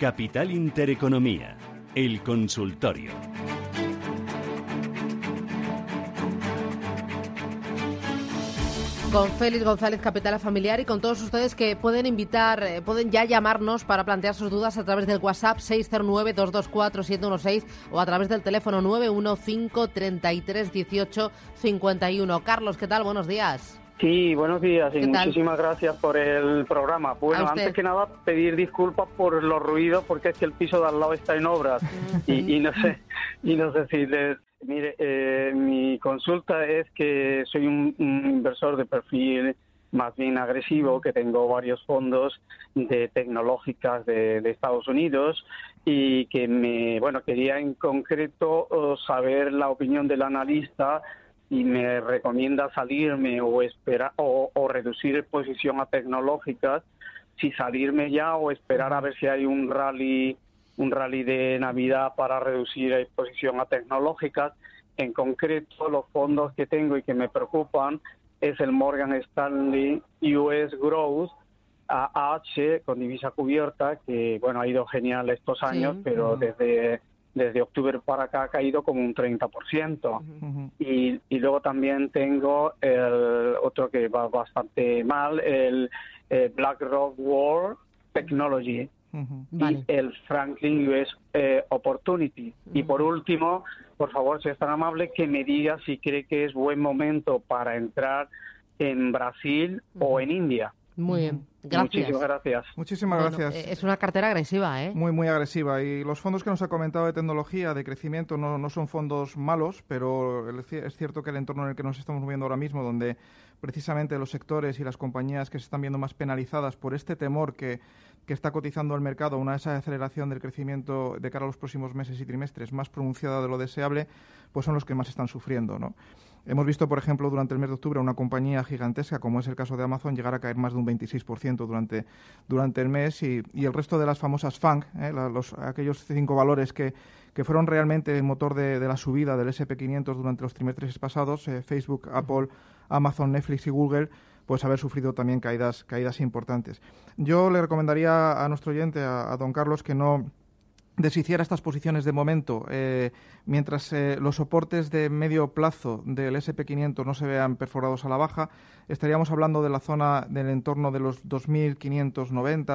Capital Intereconomía, el consultorio. Con Félix González, Capital Familiar, y con todos ustedes que pueden ya llamarnos para plantear sus dudas a través del WhatsApp 609-224-716 o a través del teléfono 915-33-18-51. Carlos, ¿qué tal? Buenos días. Sí, buenos días y muchísimas gracias por el programa. Bueno, antes que nada, pedir disculpas por los ruidos, porque es que el piso de al lado está en obras y no sé si les... Mire, mi consulta es que soy un inversor de perfil más bien agresivo, que tengo varios fondos de tecnológicas de Estados Unidos y que quería en concreto saber la opinión del analista y me recomienda salirme o esperar o reducir exposición a tecnológicas, si salirme ya o esperar a ver si hay un rally de Navidad para reducir la exposición a tecnológicas. En concreto, los fondos que tengo y que me preocupan es el Morgan Stanley US Growth AH con divisa cubierta, que ha ido genial estos años, pero desde octubre para acá ha caído como un 30%. Y luego también tengo el otro que va bastante mal, el BlackRock World Technology. Y el Franklin US Opportunity. Y por último, por favor, si es tan amable, que me diga si cree que es buen momento para entrar en Brasil o en India. Muy bien, gracias. Muchísimas gracias. Es una cartera agresiva, ¿eh? Muy agresiva. Y los fondos que nos ha comentado de tecnología, de crecimiento, no son fondos malos, pero es cierto que el entorno en el que nos estamos moviendo ahora mismo, donde precisamente los sectores y las compañías que se están viendo más penalizadas por este temor que está cotizando el mercado, una desaceleración del crecimiento de cara a los próximos meses y trimestres más pronunciada de lo deseable, pues son los que más están sufriendo, ¿no? Hemos visto, por ejemplo, durante el mes de octubre, una compañía gigantesca, como es el caso de Amazon, llegar a caer más de un 26% durante el mes y el resto de las famosas FANG, aquellos 5 valores que fueron realmente el motor de la subida del S&P 500 durante los trimestres pasados, Facebook, Apple, Amazon, Netflix y Google, pues haber sufrido también caídas importantes. Yo le recomendaría a nuestro oyente, a don Carlos, que no deshiciera estas posiciones de momento mientras los soportes de medio plazo del S&P 500 no se vean perforados a la baja. Estaríamos hablando de la zona del entorno de los 2.590,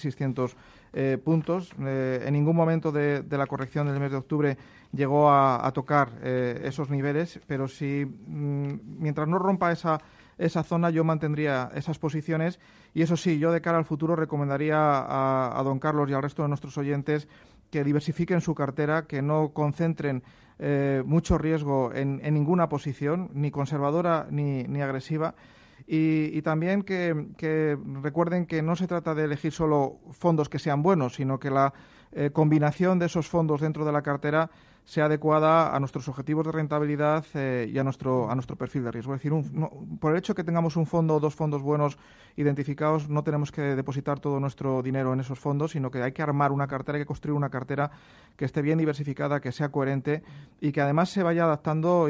2.600 puntos. En ningún momento de la corrección del mes de octubre llegó a tocar esos niveles, pero si mientras no rompa esa zona, yo mantendría esas posiciones. Y eso sí, yo de cara al futuro recomendaría a don Carlos y al resto de nuestros oyentes que diversifiquen su cartera, que no concentren mucho riesgo en ninguna posición, ni conservadora ni agresiva. Y también que recuerden que no se trata de elegir solo fondos que sean buenos, sino que la combinación de esos fondos dentro de la cartera sea adecuada a nuestros objetivos de rentabilidad y a nuestro perfil de riesgo. Es decir, por el hecho de que tengamos un fondo o dos fondos buenos identificados, no tenemos que depositar todo nuestro dinero en esos fondos, sino que hay que armar una cartera, hay que construir una cartera que esté bien diversificada, que sea coherente y que además se vaya adaptando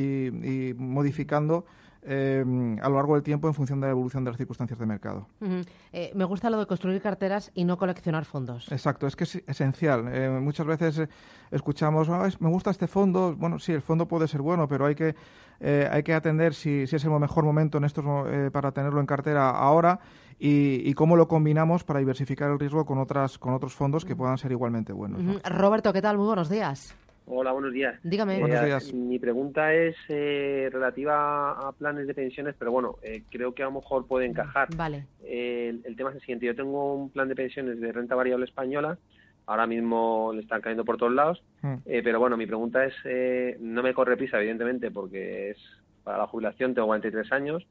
y modificando a lo largo del tiempo en función de la evolución de las circunstancias de mercado. Me gusta lo de construir carteras y no coleccionar fondos. Exacto, es que es esencial. Muchas veces escuchamos, me gusta este fondo. Bueno, sí, el fondo puede ser bueno, pero hay que atender si es el mejor momento para tenerlo en cartera ahora y cómo lo combinamos para diversificar el riesgo con otros fondos que puedan ser igualmente buenos, ¿no? Roberto, ¿qué tal? Muy buenos días. Hola, buenos días. Dígame. Buenos días. Mi pregunta es relativa a planes de pensiones, pero creo que a lo mejor puede encajar. Vale. El tema es el siguiente. Yo tengo un plan de pensiones de renta variable española. Ahora mismo le están cayendo por todos lados. Pero mi pregunta es, no me corre prisa, evidentemente, porque es para la jubilación, tengo 43 años.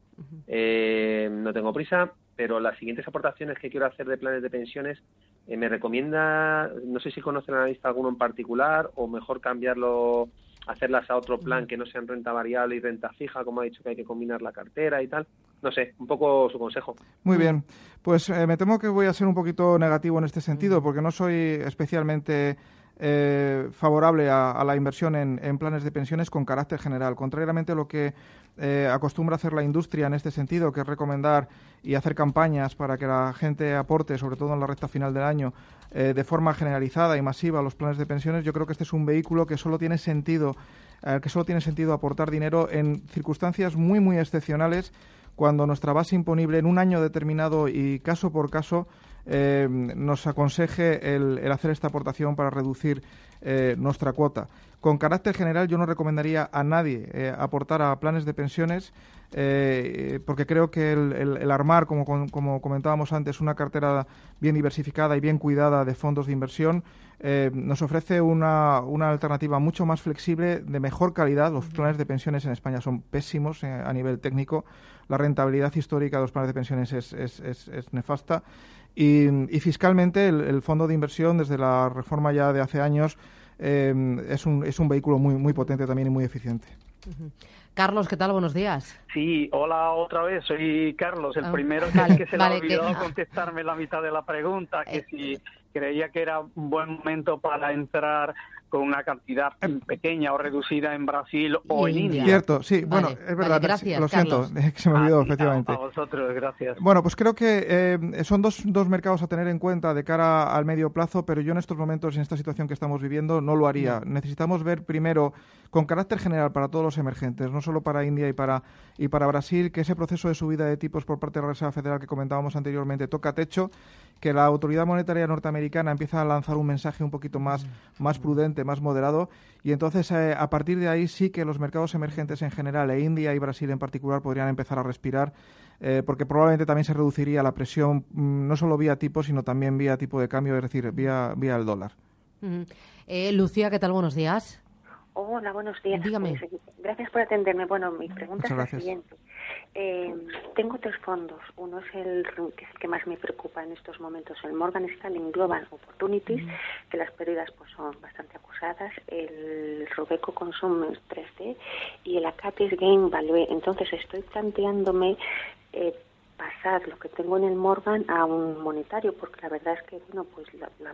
No tengo prisa, pero las siguientes aportaciones que quiero hacer de planes de pensiones, me recomienda, no sé si conoce el analista alguno en particular, o mejor cambiarlo, hacerlas a otro plan que no sean renta variable y renta fija, como ha dicho que hay que combinar la cartera y tal. No sé, un poco su consejo. Muy bien, pues me temo que voy a ser un poquito negativo en este sentido, porque no soy especialmente favorable a la inversión en planes de pensiones con carácter general. Contrariamente a lo que acostumbra hacer la industria en este sentido, que es recomendar y hacer campañas para que la gente aporte, sobre todo en la recta final del año, de forma generalizada y masiva a los planes de pensiones, yo creo que este es un vehículo que solo tiene sentido aportar dinero en circunstancias muy, muy excepcionales, cuando nuestra base imponible en un año determinado y caso por caso nos aconseje el hacer esta aportación para reducir nuestra cuota. Con carácter general, yo no recomendaría a nadie aportar a planes de pensiones porque creo que el armar, como comentábamos antes, una cartera bien diversificada y bien cuidada de fondos de inversión nos ofrece una alternativa mucho más flexible, de mejor calidad. Los planes de pensiones en España son pésimos a nivel técnico. La rentabilidad histórica de los planes de pensiones es nefasta. Y fiscalmente el fondo de inversión, desde la reforma ya de hace años, es un vehículo muy, muy potente también y muy eficiente. Uh-huh. Carlos, ¿qué tal? Buenos días. Sí, hola otra vez, soy Carlos, el primero que se le ha olvidado contestarme la mitad de la pregunta, que si creía que era un buen momento para entrar con una cantidad pequeña o reducida en Brasil o en India. Cierto, sí, bueno, es verdad, gracias, lo siento, que se me olvidó, efectivamente. A vosotros, gracias. Bueno, pues creo que son dos mercados a tener en cuenta de cara al medio plazo, pero yo en estos momentos, en esta situación que estamos viviendo, no lo haría. Necesitamos ver primero, con carácter general para todos los emergentes, no solo para India y para Brasil, que ese proceso de subida de tipos por parte de la Reserva Federal que comentábamos anteriormente toca techo, que la autoridad monetaria norteamericana empieza a lanzar un mensaje un poquito más prudente, más moderado, y entonces a partir de ahí sí que los mercados emergentes en general, e India y Brasil en particular, podrían empezar a respirar, porque probablemente también se reduciría la presión, no solo vía tipo, sino también vía tipo de cambio, es decir, vía el dólar. Lucía, ¿qué tal? Buenos días. Hola, buenos días. Dígame. Pues, gracias por atenderme. Bueno, mi pregunta es la siguiente. Tengo 3 fondos. Uno es el que más me preocupa en estos momentos, el Morgan Stanley Global Opportunities, que las pérdidas pues son bastante acusadas, el Robeco Consumer 3D y el Acatis Gain Value. Entonces estoy planteándome pasar lo que tengo en el Morgan a un monetario, porque la verdad es que bueno, pues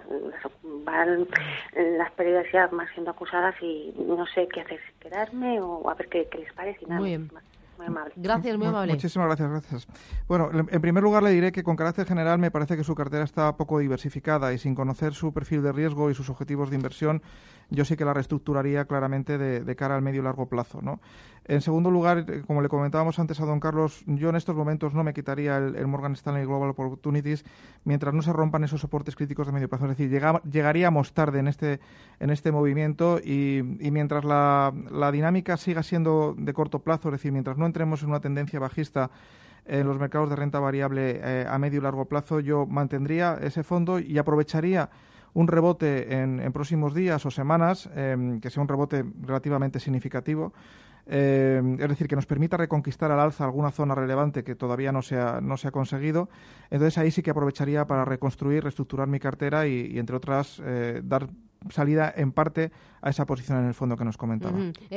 las pérdidas ya más siendo acusadas y no sé qué hacer, si quedarme o a ver qué les parece. Muy bien. Muy amable. Gracias, muy amable. Muchísimas gracias. Bueno, en primer lugar le diré que con carácter general me parece que su cartera está poco diversificada y sin conocer su perfil de riesgo y sus objetivos de inversión, yo sí que la reestructuraría claramente de cara al medio y largo plazo, ¿no? En segundo lugar, como le comentábamos antes a don Carlos, yo en estos momentos no me quitaría el Morgan Stanley Global Opportunities mientras no se rompan esos soportes críticos de medio plazo. Es decir, llegaríamos tarde en este movimiento y mientras la dinámica siga siendo de corto plazo, es decir, mientras no entremos en una tendencia bajista en los mercados de renta variable a medio y largo plazo, yo mantendría ese fondo y aprovecharía un rebote en próximos días o semanas, que sea un rebote relativamente significativo, es decir, que nos permita reconquistar al alza alguna zona relevante que todavía no se ha conseguido. Entonces ahí sí que aprovecharía para reconstruir, reestructurar mi cartera y entre otras, dar salida en parte a esa posición en el fondo que nos comentaba.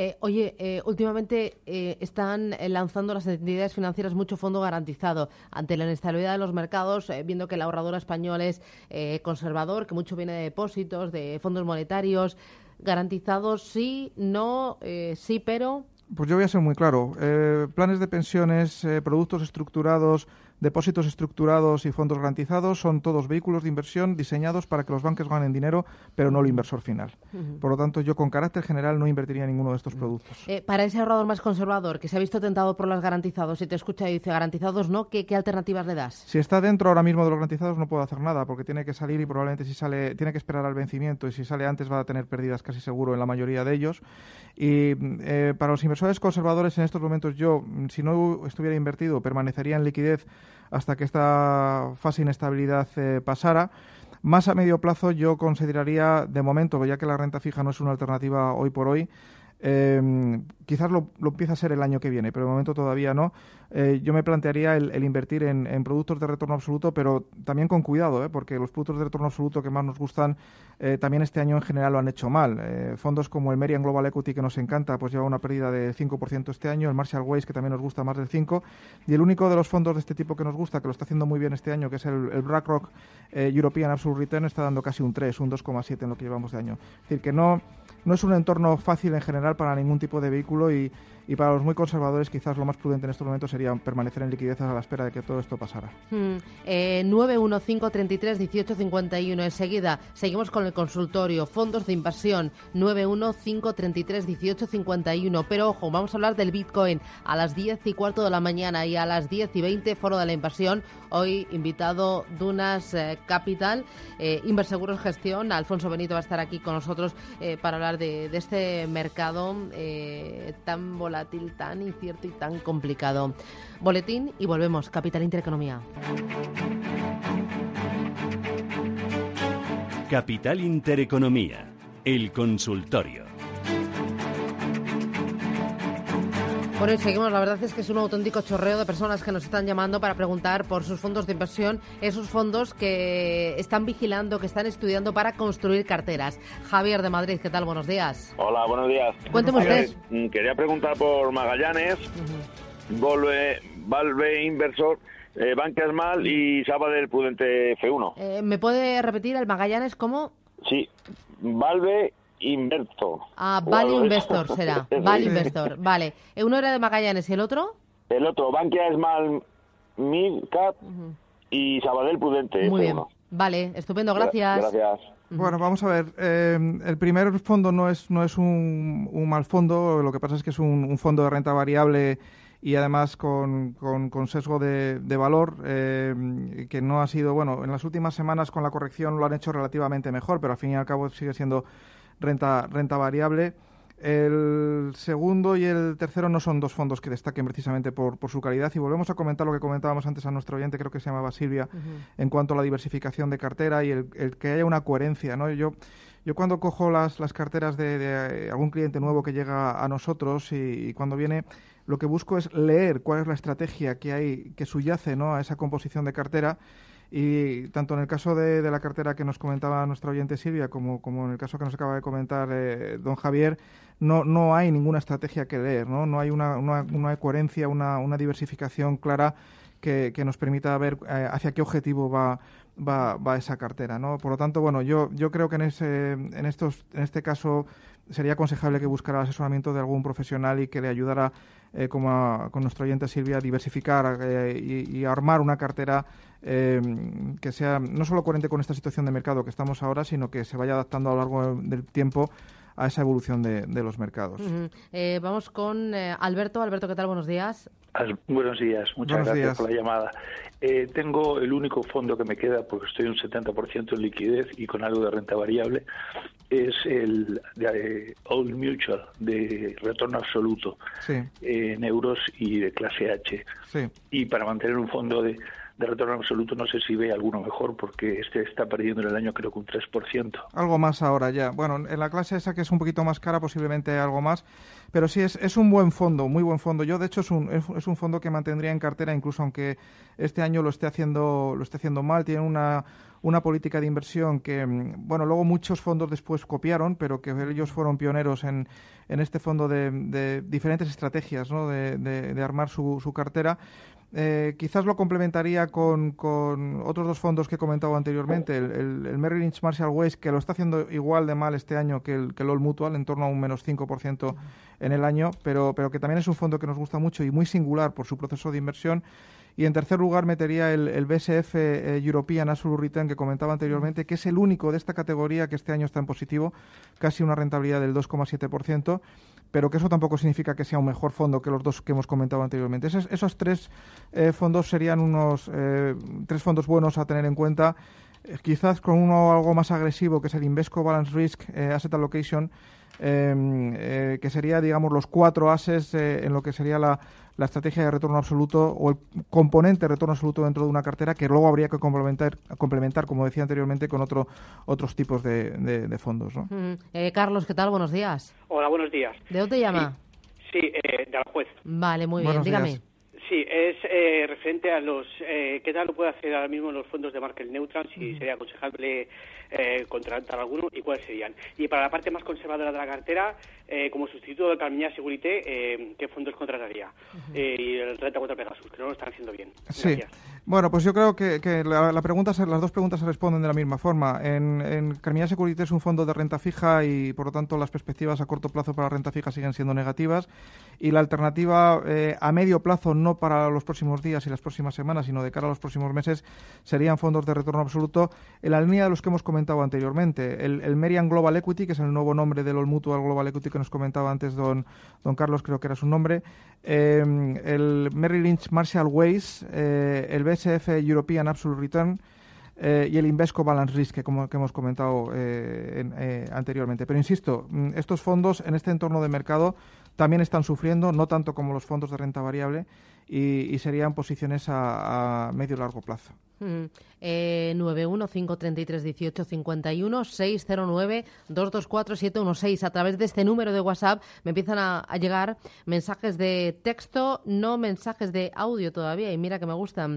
Últimamente están lanzando las entidades financieras mucho fondo garantizado ante la inestabilidad de los mercados, viendo que el ahorrador español es conservador, que mucho viene de depósitos, de fondos monetarios. Garantizados sí, no, sí, pero... Pues yo voy a ser muy claro. Planes de pensiones, productos estructurados, depósitos estructurados y fondos garantizados son todos vehículos de inversión diseñados para que los bancos ganen dinero, pero no el inversor final. Por lo tanto, yo con carácter general no invertiría en ninguno de estos productos. Para ese ahorrador más conservador que se ha visto tentado por los garantizados y te escucha y dice garantizados no, ¿qué alternativas le das? Si está dentro ahora mismo de los garantizados no puedo hacer nada porque tiene que salir y probablemente si sale tiene que esperar al vencimiento y si sale antes va a tener pérdidas casi seguro en la mayoría de ellos. Y para los inversores conservadores en estos momentos yo, si no estuviera invertido, permanecería en liquidez hasta que esta fase de inestabilidad pasara. Más a medio plazo yo consideraría, de momento, ya que la renta fija no es una alternativa hoy por hoy, quizás lo empieza a ser el año que viene, pero de momento todavía no. Yo me plantearía el invertir en productos de retorno absoluto, pero también con cuidado, porque los productos de retorno absoluto que más nos gustan también este año en general lo han hecho mal. Fondos como el Merian Global Equity, que nos encanta, pues lleva una pérdida de 5% este año, el Marshall Wace, que también nos gusta, más del 5%, y el único de los fondos de este tipo que nos gusta, que lo está haciendo muy bien este año, que es el BlackRock European Absolute Return, está dando casi un 3, un 2,7 en lo que llevamos de año. Es decir, que no es un entorno fácil en general para ningún tipo de vehículo y para los muy conservadores quizás lo más prudente en estos momentos sería permanecer en liquidez a la espera de que todo esto pasara. 915331851. Enseguida seguimos con el consultorio. Fondos de inversión 915331851. Pero ojo, vamos a hablar del Bitcoin a las 10:15 de la mañana y a las 10:20 Foro de la Inversión. Hoy invitado Dunas Capital, Inverseguros Gestión. Alfonso Benito va a estar aquí con nosotros para hablar de este mercado tan volátil, tan incierto y tan complicado. Boletín y volvemos. Capital Intereconomía. Capital Intereconomía, el consultorio. Bueno, y seguimos. La verdad es que es un auténtico chorreo de personas que nos están llamando para preguntar por sus fondos de inversión, esos fondos que están vigilando, que están estudiando para construir carteras. Javier de Madrid, ¿qué tal? Buenos días. Hola, buenos días. Cuénteme usted. Quería preguntar por Magallanes, Valve Inversor, Banca Esmal y Sabadell Prudente F1. ¿Me puede repetir el Magallanes cómo? Sí, Valve Inversor. Value Investor será. Value Investor, vale. ¿Uno era de Magallanes y el otro? El otro, Banca Esmal Mid Cap y Sabadell Prudente Muy F1. bien. Vale, estupendo, gracias. Gracias. Bueno, vamos a ver. El primer fondo no es un mal fondo. Lo que pasa es que es un fondo de renta variable y además con sesgo de valor, que no ha sido, bueno, en las últimas semanas con la corrección lo han hecho relativamente mejor, pero al fin y al cabo sigue siendo renta variable. El segundo y el tercero no son dos fondos que destaquen precisamente por su calidad, y volvemos a comentar lo que comentábamos antes a nuestro oyente, creo que se llamaba Silvia, en cuanto a la diversificación de cartera y el que haya una coherencia, ¿no? Yo cuando cojo las carteras de algún cliente nuevo que llega a nosotros y cuando viene, lo que busco es leer cuál es la estrategia que hay, que subyace, ¿no?, a esa composición de cartera. Y tanto en el caso de la cartera que nos comentaba nuestra oyente Silvia como en el caso que nos acaba de comentar don Javier, no hay ninguna estrategia que leer, no hay una coherencia, una diversificación clara que nos permita ver hacia qué objetivo va esa cartera, ¿no? Por lo tanto, bueno, yo creo que en este caso sería aconsejable que buscara el asesoramiento de algún profesional y que le ayudara, con nuestra oyente Silvia, a diversificar y a armar una cartera que sea no solo coherente con esta situación de mercado que estamos ahora, sino que se vaya adaptando a lo largo del tiempo a esa evolución de los mercados. Vamos con Alberto. Alberto, ¿qué tal? Buenos días. Buenos días, muchas gracias por la llamada. Tengo el único fondo que me queda, porque estoy un 70% en liquidez y con algo de renta variable, es el de Old Mutual, de retorno absoluto, sí, en euros y de clase H. Sí. Y para mantener un fondo de retorno absoluto no sé si ve alguno mejor, porque este está perdiendo en el año creo que un 3%. Algo más ahora ya. Bueno, en la clase esa que es un poquito más cara, posiblemente algo más, pero sí es un buen fondo, muy buen fondo. Yo, de hecho, es un fondo que mantendría en cartera, incluso aunque este año lo esté haciendo mal. Tiene una política de inversión que, bueno, luego muchos fondos después copiaron, pero que ellos fueron pioneros en este fondo de diferentes estrategias, ¿no?, de armar su cartera. Quizás lo complementaría con otros dos fondos que he comentado anteriormente, el Merrill Lynch Marshall Wace, que lo está haciendo igual de mal este año que el Old Mutual, en torno a un menos 5% en el año, pero que también es un fondo que nos gusta mucho y muy singular por su proceso de inversión. Y en tercer lugar metería el BSF European Absolute Return, que comentaba anteriormente, que es el único de esta categoría que este año está en positivo, casi una rentabilidad del 2,7%, pero que eso tampoco significa que sea un mejor fondo que los dos que hemos comentado anteriormente. Esos tres fondos serían unos tres fondos buenos a tener en cuenta, quizás con uno algo más agresivo, que es el Invesco Balance Risk Asset Allocation, que sería, digamos, los 4 ases en lo que sería la estrategia de retorno absoluto o el componente de retorno absoluto dentro de una cartera, que luego habría que complementar, como decía anteriormente, con otros tipos de fondos, ¿no? Carlos, ¿qué tal? Buenos días. Hola, buenos días. ¿De dónde llama? Sí, de Aranjuez. Vale, muy bien, dígame. Sí, es referente a los... ¿Qué tal lo puede hacer ahora mismo los fondos de market neutral? Si sería aconsejable contratar alguno y cuáles serían. Y para la parte más conservadora de la cartera, como sustituto del Carmignac Seguridad, ¿qué fondos contrataría? Y el Renta 4 Pegasus, que no lo están haciendo bien. Sí. Gracias. Bueno, pues yo creo que las dos preguntas se responden de la misma forma. En Carmignac Seguridad es un fondo de renta fija y, por lo tanto, las perspectivas a corto plazo para la renta fija siguen siendo negativas. Y la alternativa a medio plazo, no para los próximos días y las próximas semanas, sino de cara a los próximos meses, serían fondos de retorno absoluto en la línea de los que hemos comentado anteriormente. El Merian Global Equity, que es el nuevo nombre del All Mutual Global Equity que nos comentaba antes don Carlos, creo que era su nombre, el Merrill Lynch Marshall Wace, el BSF European Absolute Return y el Invesco Balance Risk, que hemos comentado anteriormente. Pero insisto, estos fondos en este entorno de mercado también están sufriendo, no tanto como los fondos de renta variable, y serían posiciones a medio y largo plazo. 915331851 609224716. A través de este número de WhatsApp me empiezan a llegar mensajes de texto, no mensajes de audio todavía, y mira que me gustan.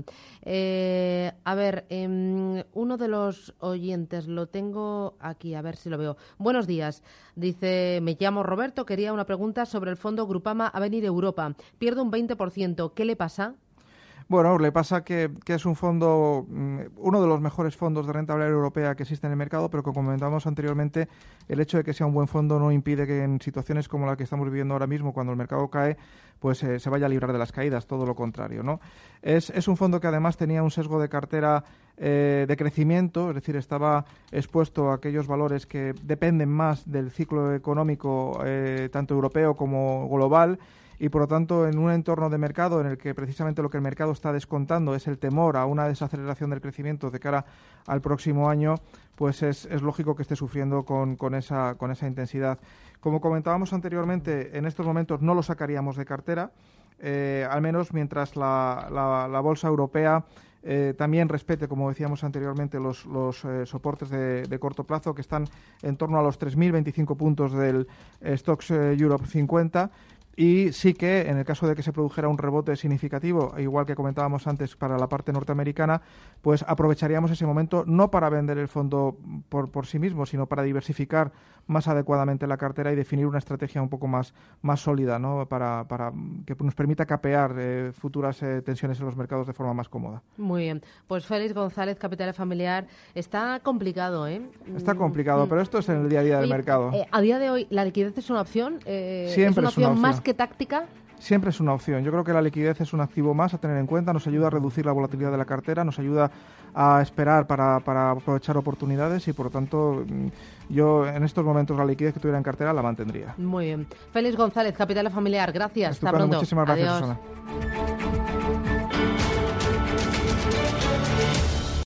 A ver, uno de los oyentes lo tengo aquí, a ver si lo veo. Buenos días, dice, me llamo Roberto, quería una pregunta sobre el fondo Grupama Avenir Europa. Pierdo un 20%, ¿qué le pasa? Bueno, le pasa que es un fondo, uno de los mejores fondos de renta variable europea que existe en el mercado, pero como comentábamos anteriormente, el hecho de que sea un buen fondo no impide que en situaciones como la que estamos viviendo ahora mismo, cuando el mercado cae, pues se vaya a librar de las caídas, todo lo contrario, ¿no? Es un fondo que además tenía un sesgo de cartera de crecimiento, es decir, estaba expuesto a aquellos valores que dependen más del ciclo económico, tanto europeo como global, y por lo tanto en un entorno de mercado en el que precisamente lo que el mercado está descontando es el temor a una desaceleración del crecimiento de cara al próximo año, pues es lógico que esté sufriendo con esa intensidad. Como comentábamos anteriormente, en estos momentos no lo sacaríamos de cartera, al menos mientras la bolsa europea también respete, como decíamos anteriormente, los soportes de corto plazo, que están en torno a los 3.025 puntos del Stocks Europe 50. Y sí que, en el caso de que se produjera un rebote significativo, igual que comentábamos antes para la parte norteamericana, pues aprovecharíamos ese momento no para vender el fondo por sí mismo, sino para diversificar más adecuadamente la cartera y definir una estrategia un poco más sólida, ¿no? para que nos permita capear futuras tensiones en los mercados de forma más cómoda. Muy bien. Pues Félix González, Capital Familiar, está complicado, ¿eh? Está complicado, pero esto es en el día a día del mercado. A día de hoy, ¿la liquidez es una opción? Siempre ¿Es una opción más que táctica? Siempre es una opción. Yo creo que la liquidez es un activo más a tener en cuenta, nos ayuda a reducir la volatilidad de la cartera, nos ayuda a esperar para aprovechar oportunidades y, por lo tanto, yo en estos momentos la liquidez que tuviera en cartera la mantendría. Muy bien. Félix González, Capital Familiar, gracias. Estupendo. Hasta pronto. Muchísimas gracias, Adiós. Susana.